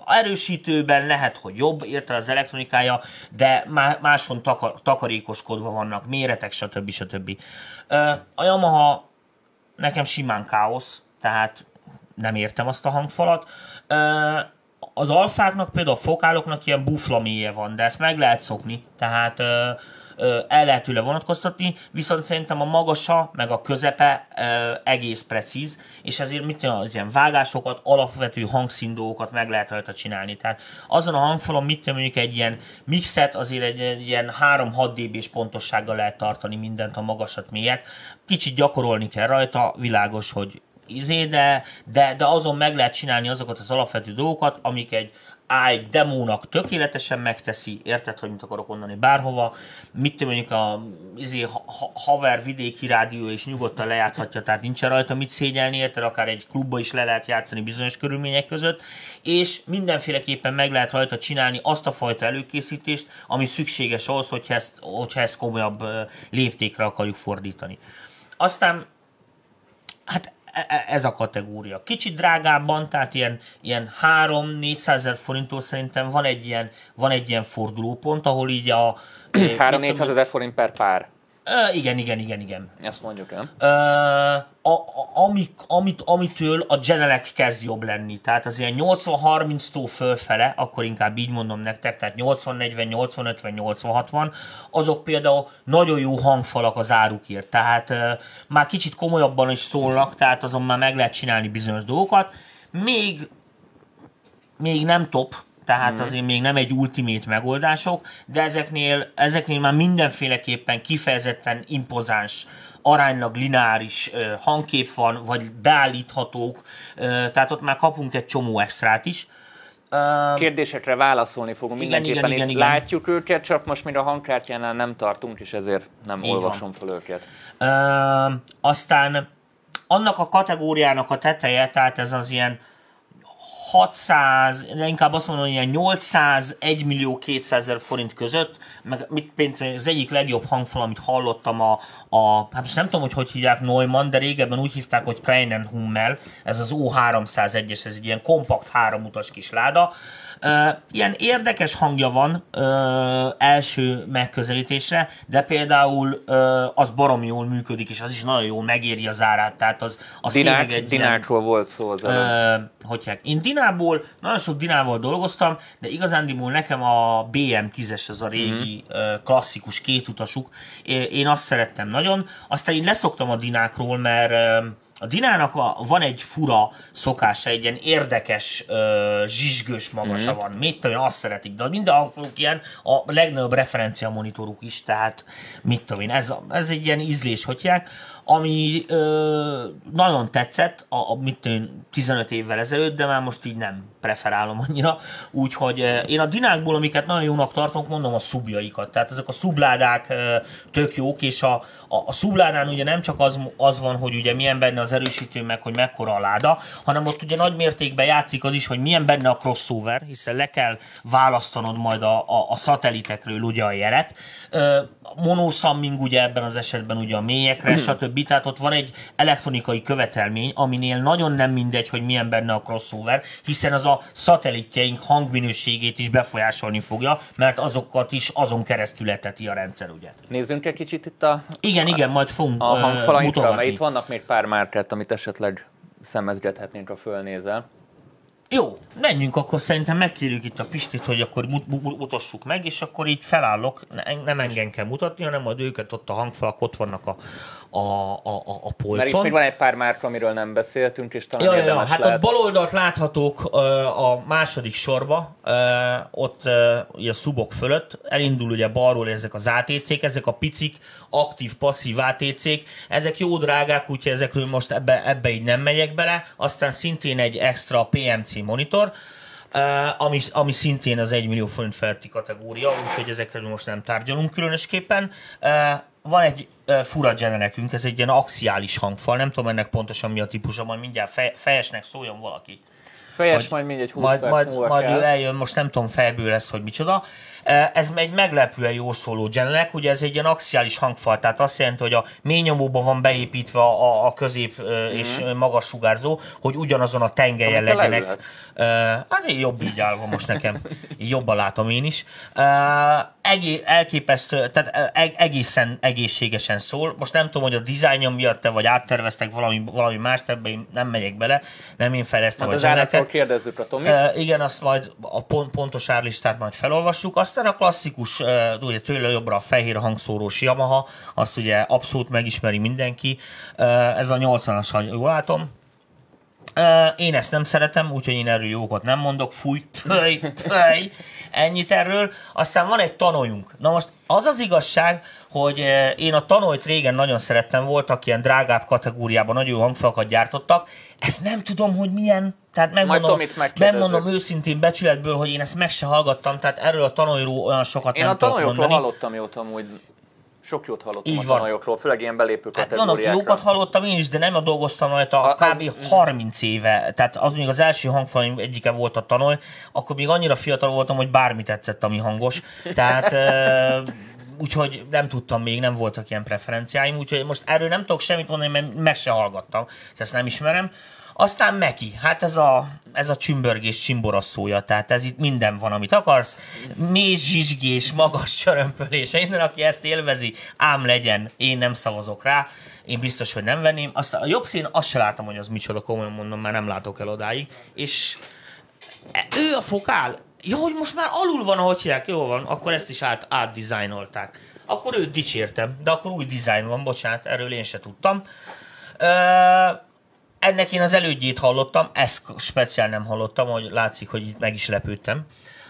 erősítőben lehet, hogy jobb, érte az elektronikája, de máson takarékoskodva vannak, méretek, stb. A Yamaha nekem simán káosz, tehát nem értem azt a hangfalat. Az alfáknak, például a fokáloknak ilyen buflaméje van, de ezt meg lehet szokni, tehát el lehet tőle vonatkoztatni, viszont szerintem a magasa, meg a közepe egész precíz, és ezért az ilyen vágásokat, alapvető hangszíndókat meg lehet rajta csinálni. Tehát azon a hangfalon mondjuk egy ilyen mixet azért egy ilyen 3-6 dB-s pontossággal lehet tartani mindent, a magasat, mélyet. Kicsit gyakorolni kell rajta, világos, hogy de azon meg lehet csinálni azokat az alapvető dolgokat, amik egy demónak tökéletesen megteszi, érted, hogy mit akarok mondani bárhova, mondjuk a haver vidéki rádió is nyugodtan lejátszhatja, tehát nincsen rajta mit szégyelni, érted, akár egy klubba is le lehet játszani bizonyos körülmények között, és mindenféleképpen meg lehet rajta csinálni azt a fajta előkészítést, ami szükséges ahhoz, hogyha ezt komolyabb léptékre akarjuk fordítani. Aztán, hát ez a kategória. Kicsit drágábban, tehát ilyen 300-400 ezer forinttól szerintem van egy ilyen fordulópont, ahol így a...
300-400 ezer forint per pár.
Igen.
Ezt mondjuk el.
Amitől a Genelec kezd jobb lenni. Tehát az ilyen 80-30-tól fölfele, akkor inkább így mondom nektek, tehát 80-40, 80-50, 80-60, azok például nagyon jó hangfalak az árukért. Tehát már kicsit komolyabban is szólnak, tehát azon már meg lehet csinálni bizonyos dolgokat. Még nem top, tehát azért még nem egy ultimate megoldások, de ezeknél már mindenféleképpen kifejezetten impozáns, aránylag lineáris hangkép van, vagy beállíthatók, tehát ott már kapunk egy csomó extrát is.
Kérdésekre válaszolni fogunk mindenképpen. Igen. Látjuk őket, csak most még a hangkártyánál nem tartunk, és ezért nem olvasom fel őket.
Aztán annak a kategóriának a teteje, tehát ez az ilyen 600, de inkább azt mondom, hogy ilyen 800, 1 millió 200 ezer forint között, meg az egyik legjobb hangfal, amit hallottam hát most nem tudom, hogy hívják Neumann, de régebben úgy hívták, hogy Kleinen Hummel, ez az O301-es, ez egy ilyen kompakt 3 utas kis láda. Ilyen érdekes hangja van első megközelítésre, de például az baromi jól működik, és az is nagyon jól megéri az árát. Tehát az tényleg egy
Dinákról volt szó az
Én Dinából, nagyon sok Dinával dolgoztam, de igazándiból nekem a BM10-es, az a régi klasszikus kétutasuk, én azt szerettem nagyon. Aztán én leszoktam a Dinákról, mert a Dinának van egy fura szokása, egy ilyen érdekes, zsizsgős magasa van. Mit tudom én, azt szeretik, de minden hangfaluk ilyen, a legnagyobb referencia monitoruk is, tehát mit tudom én, ez egy ilyen ízlés, hogyják, ami nagyon tetszett, mit tudom én, 15 évvel ezelőtt, de már most így nem preferálom annyira, úgyhogy én a Dinákból, amiket nagyon jónak tartok, mondom a szubjaikat, tehát ezek a szubládák tök jók, és a szubládán ugye nem csak az van, hogy ugye milyen benne az erősítő, meg hogy mekkora a láda, hanem ott ugye nagy mértékben játszik az is, hogy milyen benne a crossover, hiszen le kell választanod majd a szatelitekről ugye a jelet. Monoszamming ugye ebben az esetben ugye a mélyekre, stb. Tehát ott van egy elektronikai követelmény, aminél nagyon nem mindegy, hogy milyen benne a crossover, hiszen az a szatelitjeink hangminőségét is befolyásolni fogja, mert azokat is azon keresztül eteti a rendszer, ugye.
Nézzünk egy kicsit itt a
igen, majd fogunk
hangfalainkra, mert itt vannak még pár márkát, amit esetleg szemezgethetnénk, ha fölnézel.
Jó, menjünk akkor, szerintem megkérjük itt a Pistit, hogy akkor mutassuk meg, és akkor így felállok, nem engem kell mutatni, hanem majd őket ott a hangfalak ott vannak a polcon.
Mert itt még van egy pár márka, amiről nem beszéltünk, és talán érdemes
hát
lehet.
a bal oldalt láthatók a második sorba, ott a szubok fölött, elindul ugye balról ezek az ATC-k, ezek a picik, aktív-passzív ATC-k, ezek jó drágák, úgyhogy ezekről most ebbe így nem megyek bele, aztán szintén egy extra PMC monitor, ami szintén az 1 millió forint feletti kategória, úgyhogy ezekről most nem tárgyalunk különösképpen. Van egy fura Genelecünk, ez egy ilyen axiális hangfal, nem tudom ennek pontosan mi a típusa, majd mindjárt fejesnek szóljon valaki.
Fejes majd mindegy 20 perc múlva
majd
kell.
ő eljön, most nem tudom fejből lesz, hogy micsoda. Ez egy meglepően jó szóló Genelec, ugye ez egy ilyen axiális hangfal, tehát azt jelenti, hogy a mély nyomóban van beépítve a közép és magas sugárzó, hogy ugyanazon a tengelyen legyenek. Hát jobb így állva most nekem, jobban látom én is. Elképesztő, tehát egészen egészségesen szól. Most nem tudom, hogy a dizájnja miatt vagy átterveztek valami mást, ebben én nem megyek bele, nem én fejlesztem a Genelecet.
Kérdezzük a Tomi.
Igen, azt majd a pontos árlistát majd felolvassuk. Aztán a klasszikus, ugye tőle jobbra a fehér hangszórós Yamaha, azt ugye abszolút megismeri mindenki. Ez a 80-as, ha jól látom. Én ezt nem szeretem, úgyhogy én erről jókat nem mondok. Fúj, ennyit erről. Aztán van egy Tanoyunk. Na most az az igazság, hogy én a Tanoyt régen nagyon szerettem, voltak ilyen drágább kategóriában, nagyon jó hangfalakat gyártottak. Ezt nem tudom, hogy milyen, tehát megmondom őszintén becsületből, hogy én ezt meg se hallgattam, tehát erről a Tanoyról olyan sokat nem tudok mondani.
Én a Tanoyokról hallottam jót amúgy. Sok jót hallottam a Tanoyokról, főleg ilyen belépő kategóriákra.
Hát jókat hallottam én is, de nem dolgoztam rajta kb. 30 éve. Tehát az még az első hangfalaim egyike volt a Tanoy, akkor még annyira fiatal voltam, hogy bármi tetszett, ami hangos. Tehát úgyhogy nem tudtam még, nem voltak ilyen preferenciáim, úgyhogy most erről nem tudok semmit mondani, mert meg se hallgattam, ezt nem ismerem. Aztán Meki, hát ez a csümbörgés csimborasszója, tehát ez itt minden van, amit akarsz. Mély zsizsgés, magas csörömpölés, minden, aki ezt élvezi, ám legyen, én nem szavazok rá, én biztos, hogy nem venném. Aztán a jobb szín, azt se látom, hogy az micsoda, komolyan mondom, mert nem látok el odáig. És ő a fokál, ja, hogy most már alul van, ahogy hívják, jó van, akkor ezt is átdizájnolták. Akkor őt dicsértem, de akkor új dizájn van, bocsánat, erről én se tudtam. Ennek én az elődjét hallottam, ezt speciál nem hallottam, hogy látszik, hogy itt meg is lepődtem.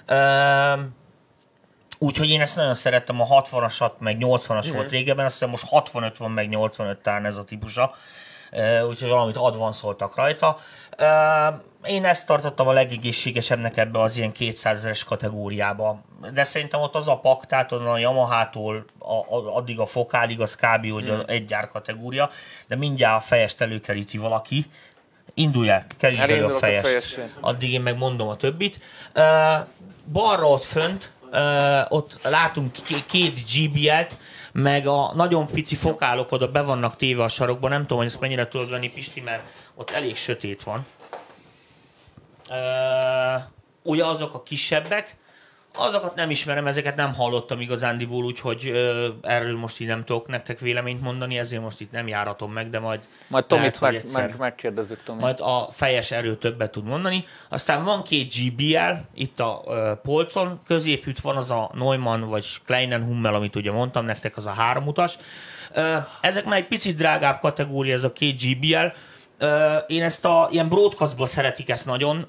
Úgyhogy én ezt nagyon szerettem, a 60-asat, meg 80-as volt régebben, azt hiszem most 65 van, meg 85 talán ez a típusa. Úgyhogy valamit advanszoltak rajta. Én ezt tartottam a legegészségesebbnek ebbe az ilyen 200 000-es kategóriába. De szerintem ott az a pak, tehát a Yamahától addig a fokálig, az kb. Hogy egy gyár kategória, de mindjárt a fejest előkeríti valaki. Indulj el, kerítsd elő a fejest. Addig én meg mondom a többit. Balra ott fönt, ott látunk két GBL-t, meg a nagyon pici fokálok oda be vannak téve a sarokba. Nem tudom, hogy ezt mennyire tudod venni, Pisti, mert ott elég sötét van. Ugye azok a kisebbek, azokat nem ismerem, ezeket nem hallottam igazándiból, úgyhogy erről most így nem tudok nektek véleményt mondani, ezért most itt nem járatom meg, de majd
Tomit megkérdezzük, Tomi.
Majd a fejes erről többet tud mondani. Aztán van két GBL itt a polcon, középütt van az a Neumann vagy Kleinen Hummel, amit ugye mondtam nektek, az a 3 utas. Ezek már egy picit drágább kategória, ez a két GBL. Én ezt ilyen broadcastból szeretik ezt nagyon.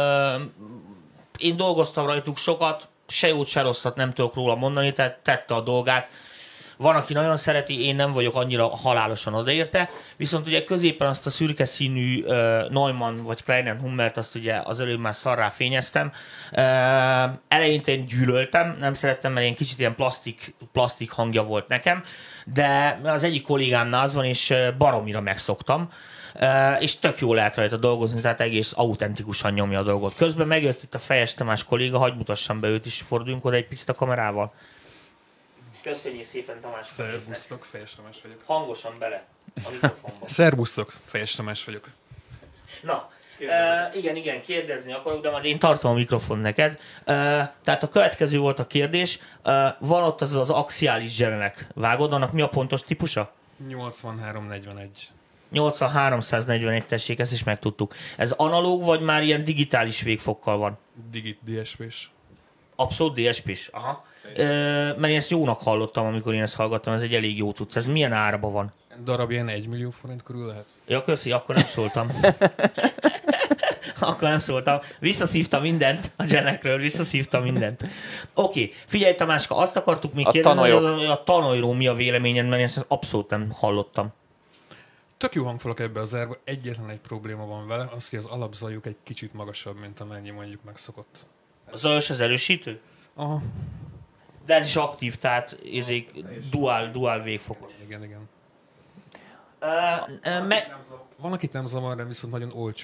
Én dolgoztam rajtuk sokat, se jót, se rosszat nem tudok róla mondani, tehát tette a dolgát. Van, aki nagyon szereti, én nem vagyok annyira halálosan odaérte, viszont ugye középen azt a szürke színű Neumann vagy Kleinen Hummelt, azt ugye az előbb már szarrá fényeztem. Eleinte én gyűlöltem, nem szerettem, mert én kicsit ilyen plastik hangja volt nekem, de az egyik kollégámnál az van, és baromira megszoktam. És tök jól lehet rajta dolgozni, tehát egész autentikusan nyomja a dolgot. Közben megjött itt a Fejes Tamás kolléga, hadd mutassam be őt is, forduljunk oda egy picit a kamerával. Köszönjük szépen, Tamás.
Szervusztok, Fejes Tamás vagyok.
Hangosan bele a mikrofonba.
Szervusztok, Fejes Tamás vagyok.
Na, igen, kérdezni akarok, de majd én tartom a mikrofon neked. Tehát a következő volt a kérdés. Van ott az axiális Genelec. Vágod, annak mi a pontos típusa?
8341.
8341, tessék, ezt is megtudtuk. Ez analóg, vagy már ilyen digitális végfokkal van?
DSP-s.
Abszolút DSP-s, aha. Mert én ezt jónak hallottam, amikor én ezt hallgattam, ez egy elég jó cucc. Ez milyen árban van?
Darab ilyen 1 millió forint körül lehet.
Ja, köszi, akkor nem szóltam. Akkor nem szóltam. Visszaszívtam mindent a Genelecről, visszaszívtam mindent. Oké, figyelj Tamáska, azt akartuk még kérdezni, hogy a Tanoyról mi a véleményed, mert én ezt abszolút nem hallottam.
Tök jó hangfalak ebbe az árba, egyetlen egy probléma van vele, az, hogy az alapzajuk egy kicsit magasabb, mint amennyi mondjuk megszokott.
A zajos az erősítő?
Aha.
De ez is aktív, tehát ezek dual végfokos.
Igen. Van, akit nem zavar, de viszont nagyon olcsó.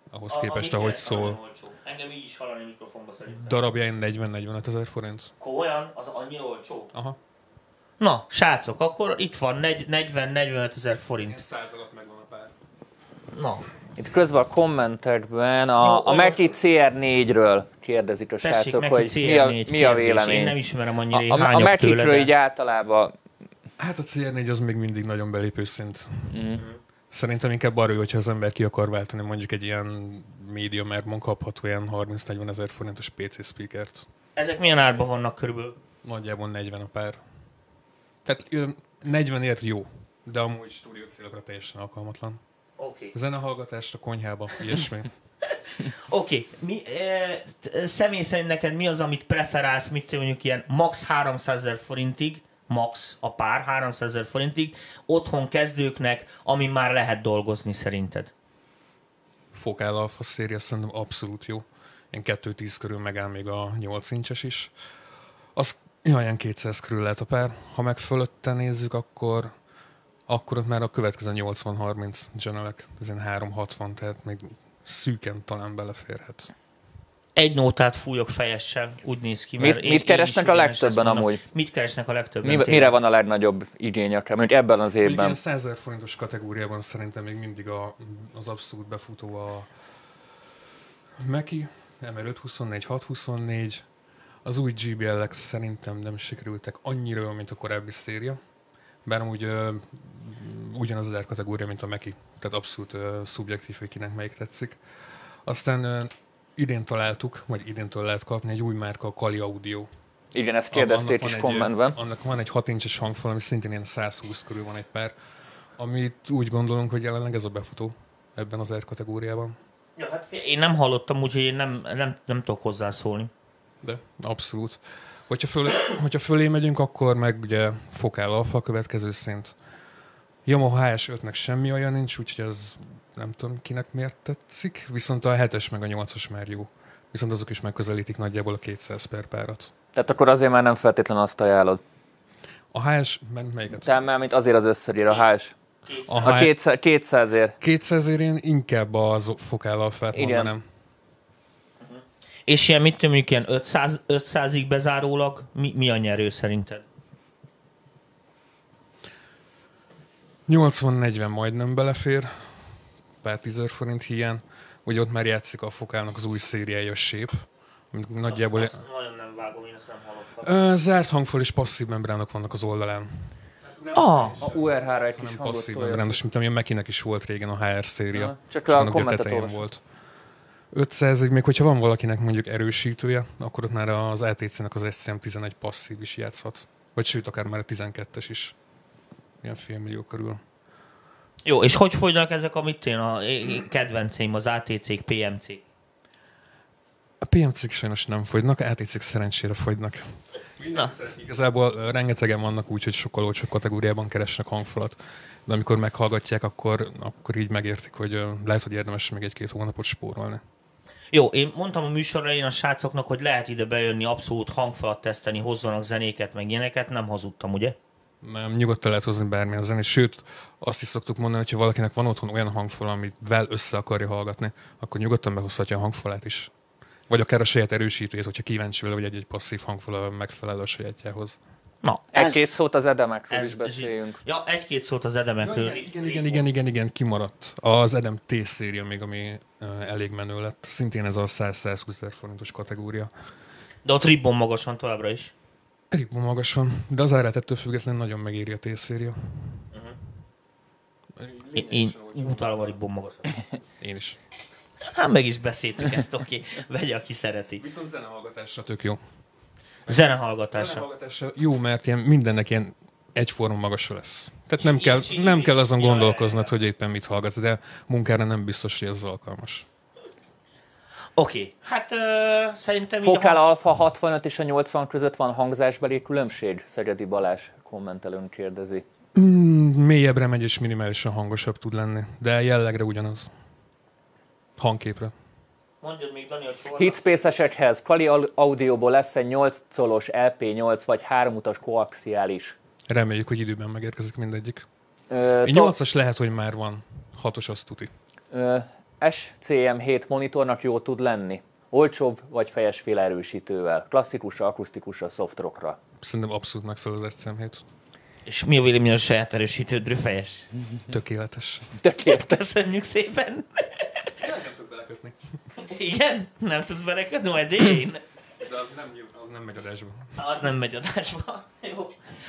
ahhoz képest, ahogy szól.
Engem így is hallani mikrofonba szerintem.
Darabjain 40-45 ezer forint.
Komolyan? Az annyira olcsó?
Aha.
Na, srácok, akkor itt van 40-45 ezer forint.
100 alatt megvan a pár.
Na.
Itt közben a kommentekben a Mackie CR4-ről kérdezik a srácok, hogy mi a vélemény.
Én nem ismerem annyira,
a Mackie-ről így általában...
Hát a CR4 az még mindig nagyon belépő szint. Szerintem inkább arra, hogyha az ember ki akar váltani mondjuk egy ilyen médiamárban kapható ilyen 30-40 ezer forintos PC speakert.
Ezek milyen árban vannak körülbelül?
Nagyjából 40 a pár. Tehát 40-ért jó, de amúgy stúdió célokra teljesen alkalmatlan.
Oké.
Zenehallgatásra, konyhába, ilyesmi.
Oké. Személy szerint neked mi az, amit preferálsz, mit mondjuk ilyen max 300 000 forintig, max a pár, 300 000 forintig, otthon kezdőknek, amin már lehet dolgozni szerinted?
Focal Alpha széria szerintem abszolút jó. Ilyen 210 körül megáll még a 8 incses is. Az ilyen 200 körül lehet a pár. Ha meg fölötte nézzük, akkor ott már a következő 80-30 Genelec, ez ilyen 360, tehát még szűken talán beleférhet.
Egy nótát fújok fejessel, úgy néz ki. Mert
mit keresnek a legtöbben amúgy?
Mit keresnek a legtöbben?
Mire van a legnagyobb igényekre? Mondjuk ebben az évben.
Ilyen 100 000 forintos kategóriában szerintem még mindig az abszolút befutó a Mackie, MR524, 624. Az új GBL-ek szerintem nem sikerültek annyira jól, mint a korábbi széria. Bár amúgy ugyanaz az árkategória, mint a Mackie. Tehát abszolút szubjektív, hogy kinek melyik tetszik. Aztán idén találtuk, vagy idéntől lehet kapni egy új márka, a Kali Audio.
Igen, ezt kérdezték is kommentben.
Annak van egy 6 incses hangfal, ami szintén ilyen 120 körül van egy pár. Amit úgy gondolunk, hogy jelenleg ez a befutó ebben az árkategóriában.
Ja, hát én nem hallottam, úgyhogy én nem tudok hozzászólni.
De abszolút. Hogyha fölé megyünk, akkor meg ugye Focal Alpha a következő szint. Yamaha HS5-nek semmi olyan nincs, úgyhogy az nem tudom kinek miért tetszik, viszont a 7-es meg a 8-as már jó. Viszont azok is megközelítik nagyjából a 200 per párat.
Tehát akkor azért már nem feltétlenül azt ajánlod.
A HS, melyiket?
Tehát már mint azért az összerír a HS. A 200-ért.
200-ért én inkább az Focal Alphát mondanám.
És ilyen, mit tudom, ilyen 500-ig bezárólag, mi a nyerő szerinted?
80-40 majdnem belefér, pár 10 000 forint hiány. Ugye ott már játszik a Focalnak az új szériája, a Shape. Nagyjából...
Azt nagyon nem vágom, én ezt nem hallottam.
Zárt hangfal és passzív membránok vannak az oldalán.
A UR-ra egy kis hangot
passzív membrános, mint ami a Mackie-nek is volt régen a HR széria.
Csak a kommentet
volt. 500-ig, még hogyha van valakinek mondjuk erősítője, akkor ott már az ATC-nek az SCM11 passzív is játszhat. Vagy sőt, akár már a 12-es is. Ilyen fél millió körül.
Jó, és hogy fogynak ezek, amit én a kedvenceim, az ATC-k, PMC-k?
A PMC-k sajnos nem fogynak, ATC-k szerencsére fogynak. Igazából rengetegen vannak úgy, hogy sokkal olcsóbb kategóriában keresnek hangfalat. De amikor meghallgatják, akkor így megértik, hogy lehet, hogy érdemes még 1-2 hónapot spórolni.
Jó, én mondtam a műsor elején a srácoknak, hogy lehet ide bejönni, abszolút hangfalat teszteni, hozzanak zenéket, meg ilyeneket, nem hazudtam, ugye?
Nem, nyugodtan lehet hozni bármilyen zenét, sőt, azt is szoktuk mondani, hogy ha valakinek van otthon olyan hangfal, amivel össze akarja hallgatni, akkor nyugodtan behozhatja a hangfalát is. Vagy akár a saját erősítőjét, hogyha kíváncsi vele, hogy egy passzív hangfal megfelel a sajátjához.
Na,
egy-két szót az edemekről is beszéljünk.
Ja, egy-két szót az edemekről.
Igen, kimaradt. Az Edem T-széria még, ami elég menő lett. Szintén ez a 100-120 000 forintos kategória.
De ott ribbon magas van továbbra is.
Ribbon magas van, de az árát ettől függetlenül nagyon megéri a T-széria.
Én utálom a ribbon magasat.
Én is.
Hát meg is beszéltük ezt, oké. Vegye, aki szereti.
Viszont zenehallgatásra tök jó.
Zenehallgatása
jó, mert mindennek ilyen egyforma magas lesz. Tehát nem kell azon gondolkoznod, hogy éppen mit hallgatsz, de munkára nem biztos, hogy ez alkalmas.
Oké, hát szerintem...
Focal Alpha 65 és a 80 között van hangzásbeli különbség? Szegedi Balázs kommentelőn kérdezi.
Mélyebbre megy és minimálisan hangosabb tud lenni, de jellegre ugyanaz. Hangképre.
Mondjad még, Dani, hogy hol...
Hitspace-esekhez Kali Audioból lesz egy 8 colos LP8 vagy 3 utas koaxiális.
Reméljük, hogy időben megérkezik mindegyik. 8-as lehet, hogy már van. 6-os azt tuti.
SCM7 monitornak jó tud lenni? Olcsóbb vagy fejesféle erősítővel? Klasszikusra, akusztikusra, softrockra?
Szerintem abszolút megfelel az SCM7.
És mi a vélemény a saját erősítődről, fejes?
Tökéletes.
Köszönjük szépen.
Nem tudok belekötni.
Igen? Nem tudsz belekötni? Majd én.
De az nem megy adásba.
Az nem megy adásba. Jó.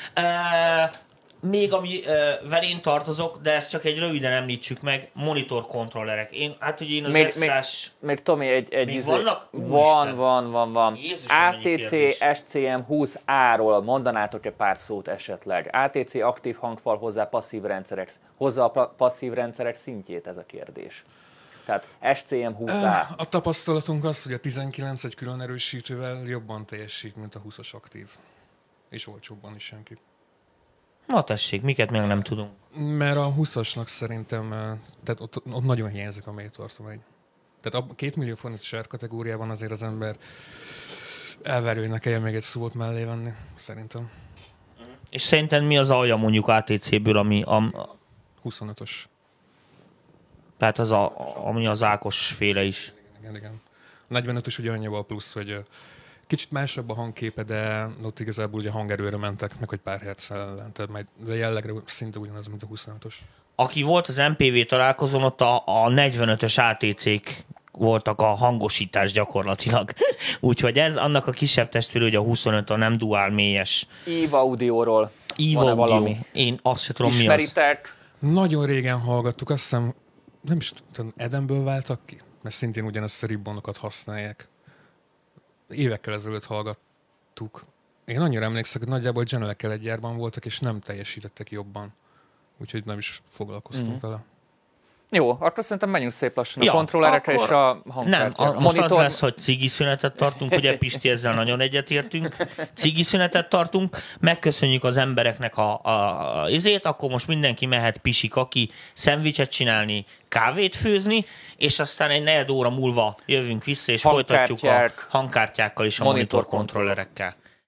Még ami velén tartozok, de ezt csak egy röviden említsük meg, monitor kontrollerek. Én az extrás...
Még Tomi,
még vannak?
Van.
Jézusom,
ATC SCM20A-ról mondanátok-e pár szót esetleg? ATC aktív hangfal hozzá a passzív rendszerek szintjét, ez a kérdés. Tehát SCM20A.
A tapasztalatunk az, hogy a 19 egy külön erősítővel jobban teljesít, mint a 20-as aktív. És olcsóbban is senki.
Na tessék, miket még nem tudunk.
Mert a 20-asnak szerintem, tehát ott nagyon hiányzik a mély tartomány. Tehát a 2 millió forintos árkategóriában azért az ember elvárja, hogy ne kelljen még egy szót mellé venni, szerintem.
És szerinted mi az alja mondjuk ATC-ből, ami
25-ös.
Tehát az ami az Ákos féle is.
Igen. 45-ös ugye annyival plusz, hogy kicsit másabb a hangképe, de ott igazából ugye hangerőre mentek, meg hogy pár herccel, de jellegre szinte ugyanaz, mint a 25-ös.
Aki volt az MPV találkozón, ott a 45-ös ATC-k voltak a hangosítás gyakorlatilag. Úgyhogy ez annak a kisebb testvérő, hogy a 25 a nem dual mélyes.
Eve Audio-ról
van-e valami? Én azt sem tudom,
ismeritek?
Mi az.
Nagyon régen hallgattuk, azt hiszem, nem is tudom, Edenből váltak ki, mert szintén ugyanezt a ribbonokat használják. Évekkel ezelőtt hallgattuk. Én annyira emlékszem, hogy nagyjából Genelekkel egy gyárban voltak, és nem teljesítettek jobban. Úgyhogy nem is foglalkoztunk vele.
Jó, akkor szerintem menjünk szép lassan a kontrollerekre és a hangkártyára.
Nem, most az lesz, hogy cigiszünetet tartunk, ugye Pisti ezzel nagyon egyetértünk. Cigiszünetet tartunk, megköszönjük az embereknek a izét, akkor most mindenki mehet Pisi-kaki szendvicset csinálni, kávét főzni, és aztán egy 4 óra múlva jövünk vissza, és folytatjuk a hangkártyákkal és a monitor kontrollerekkel.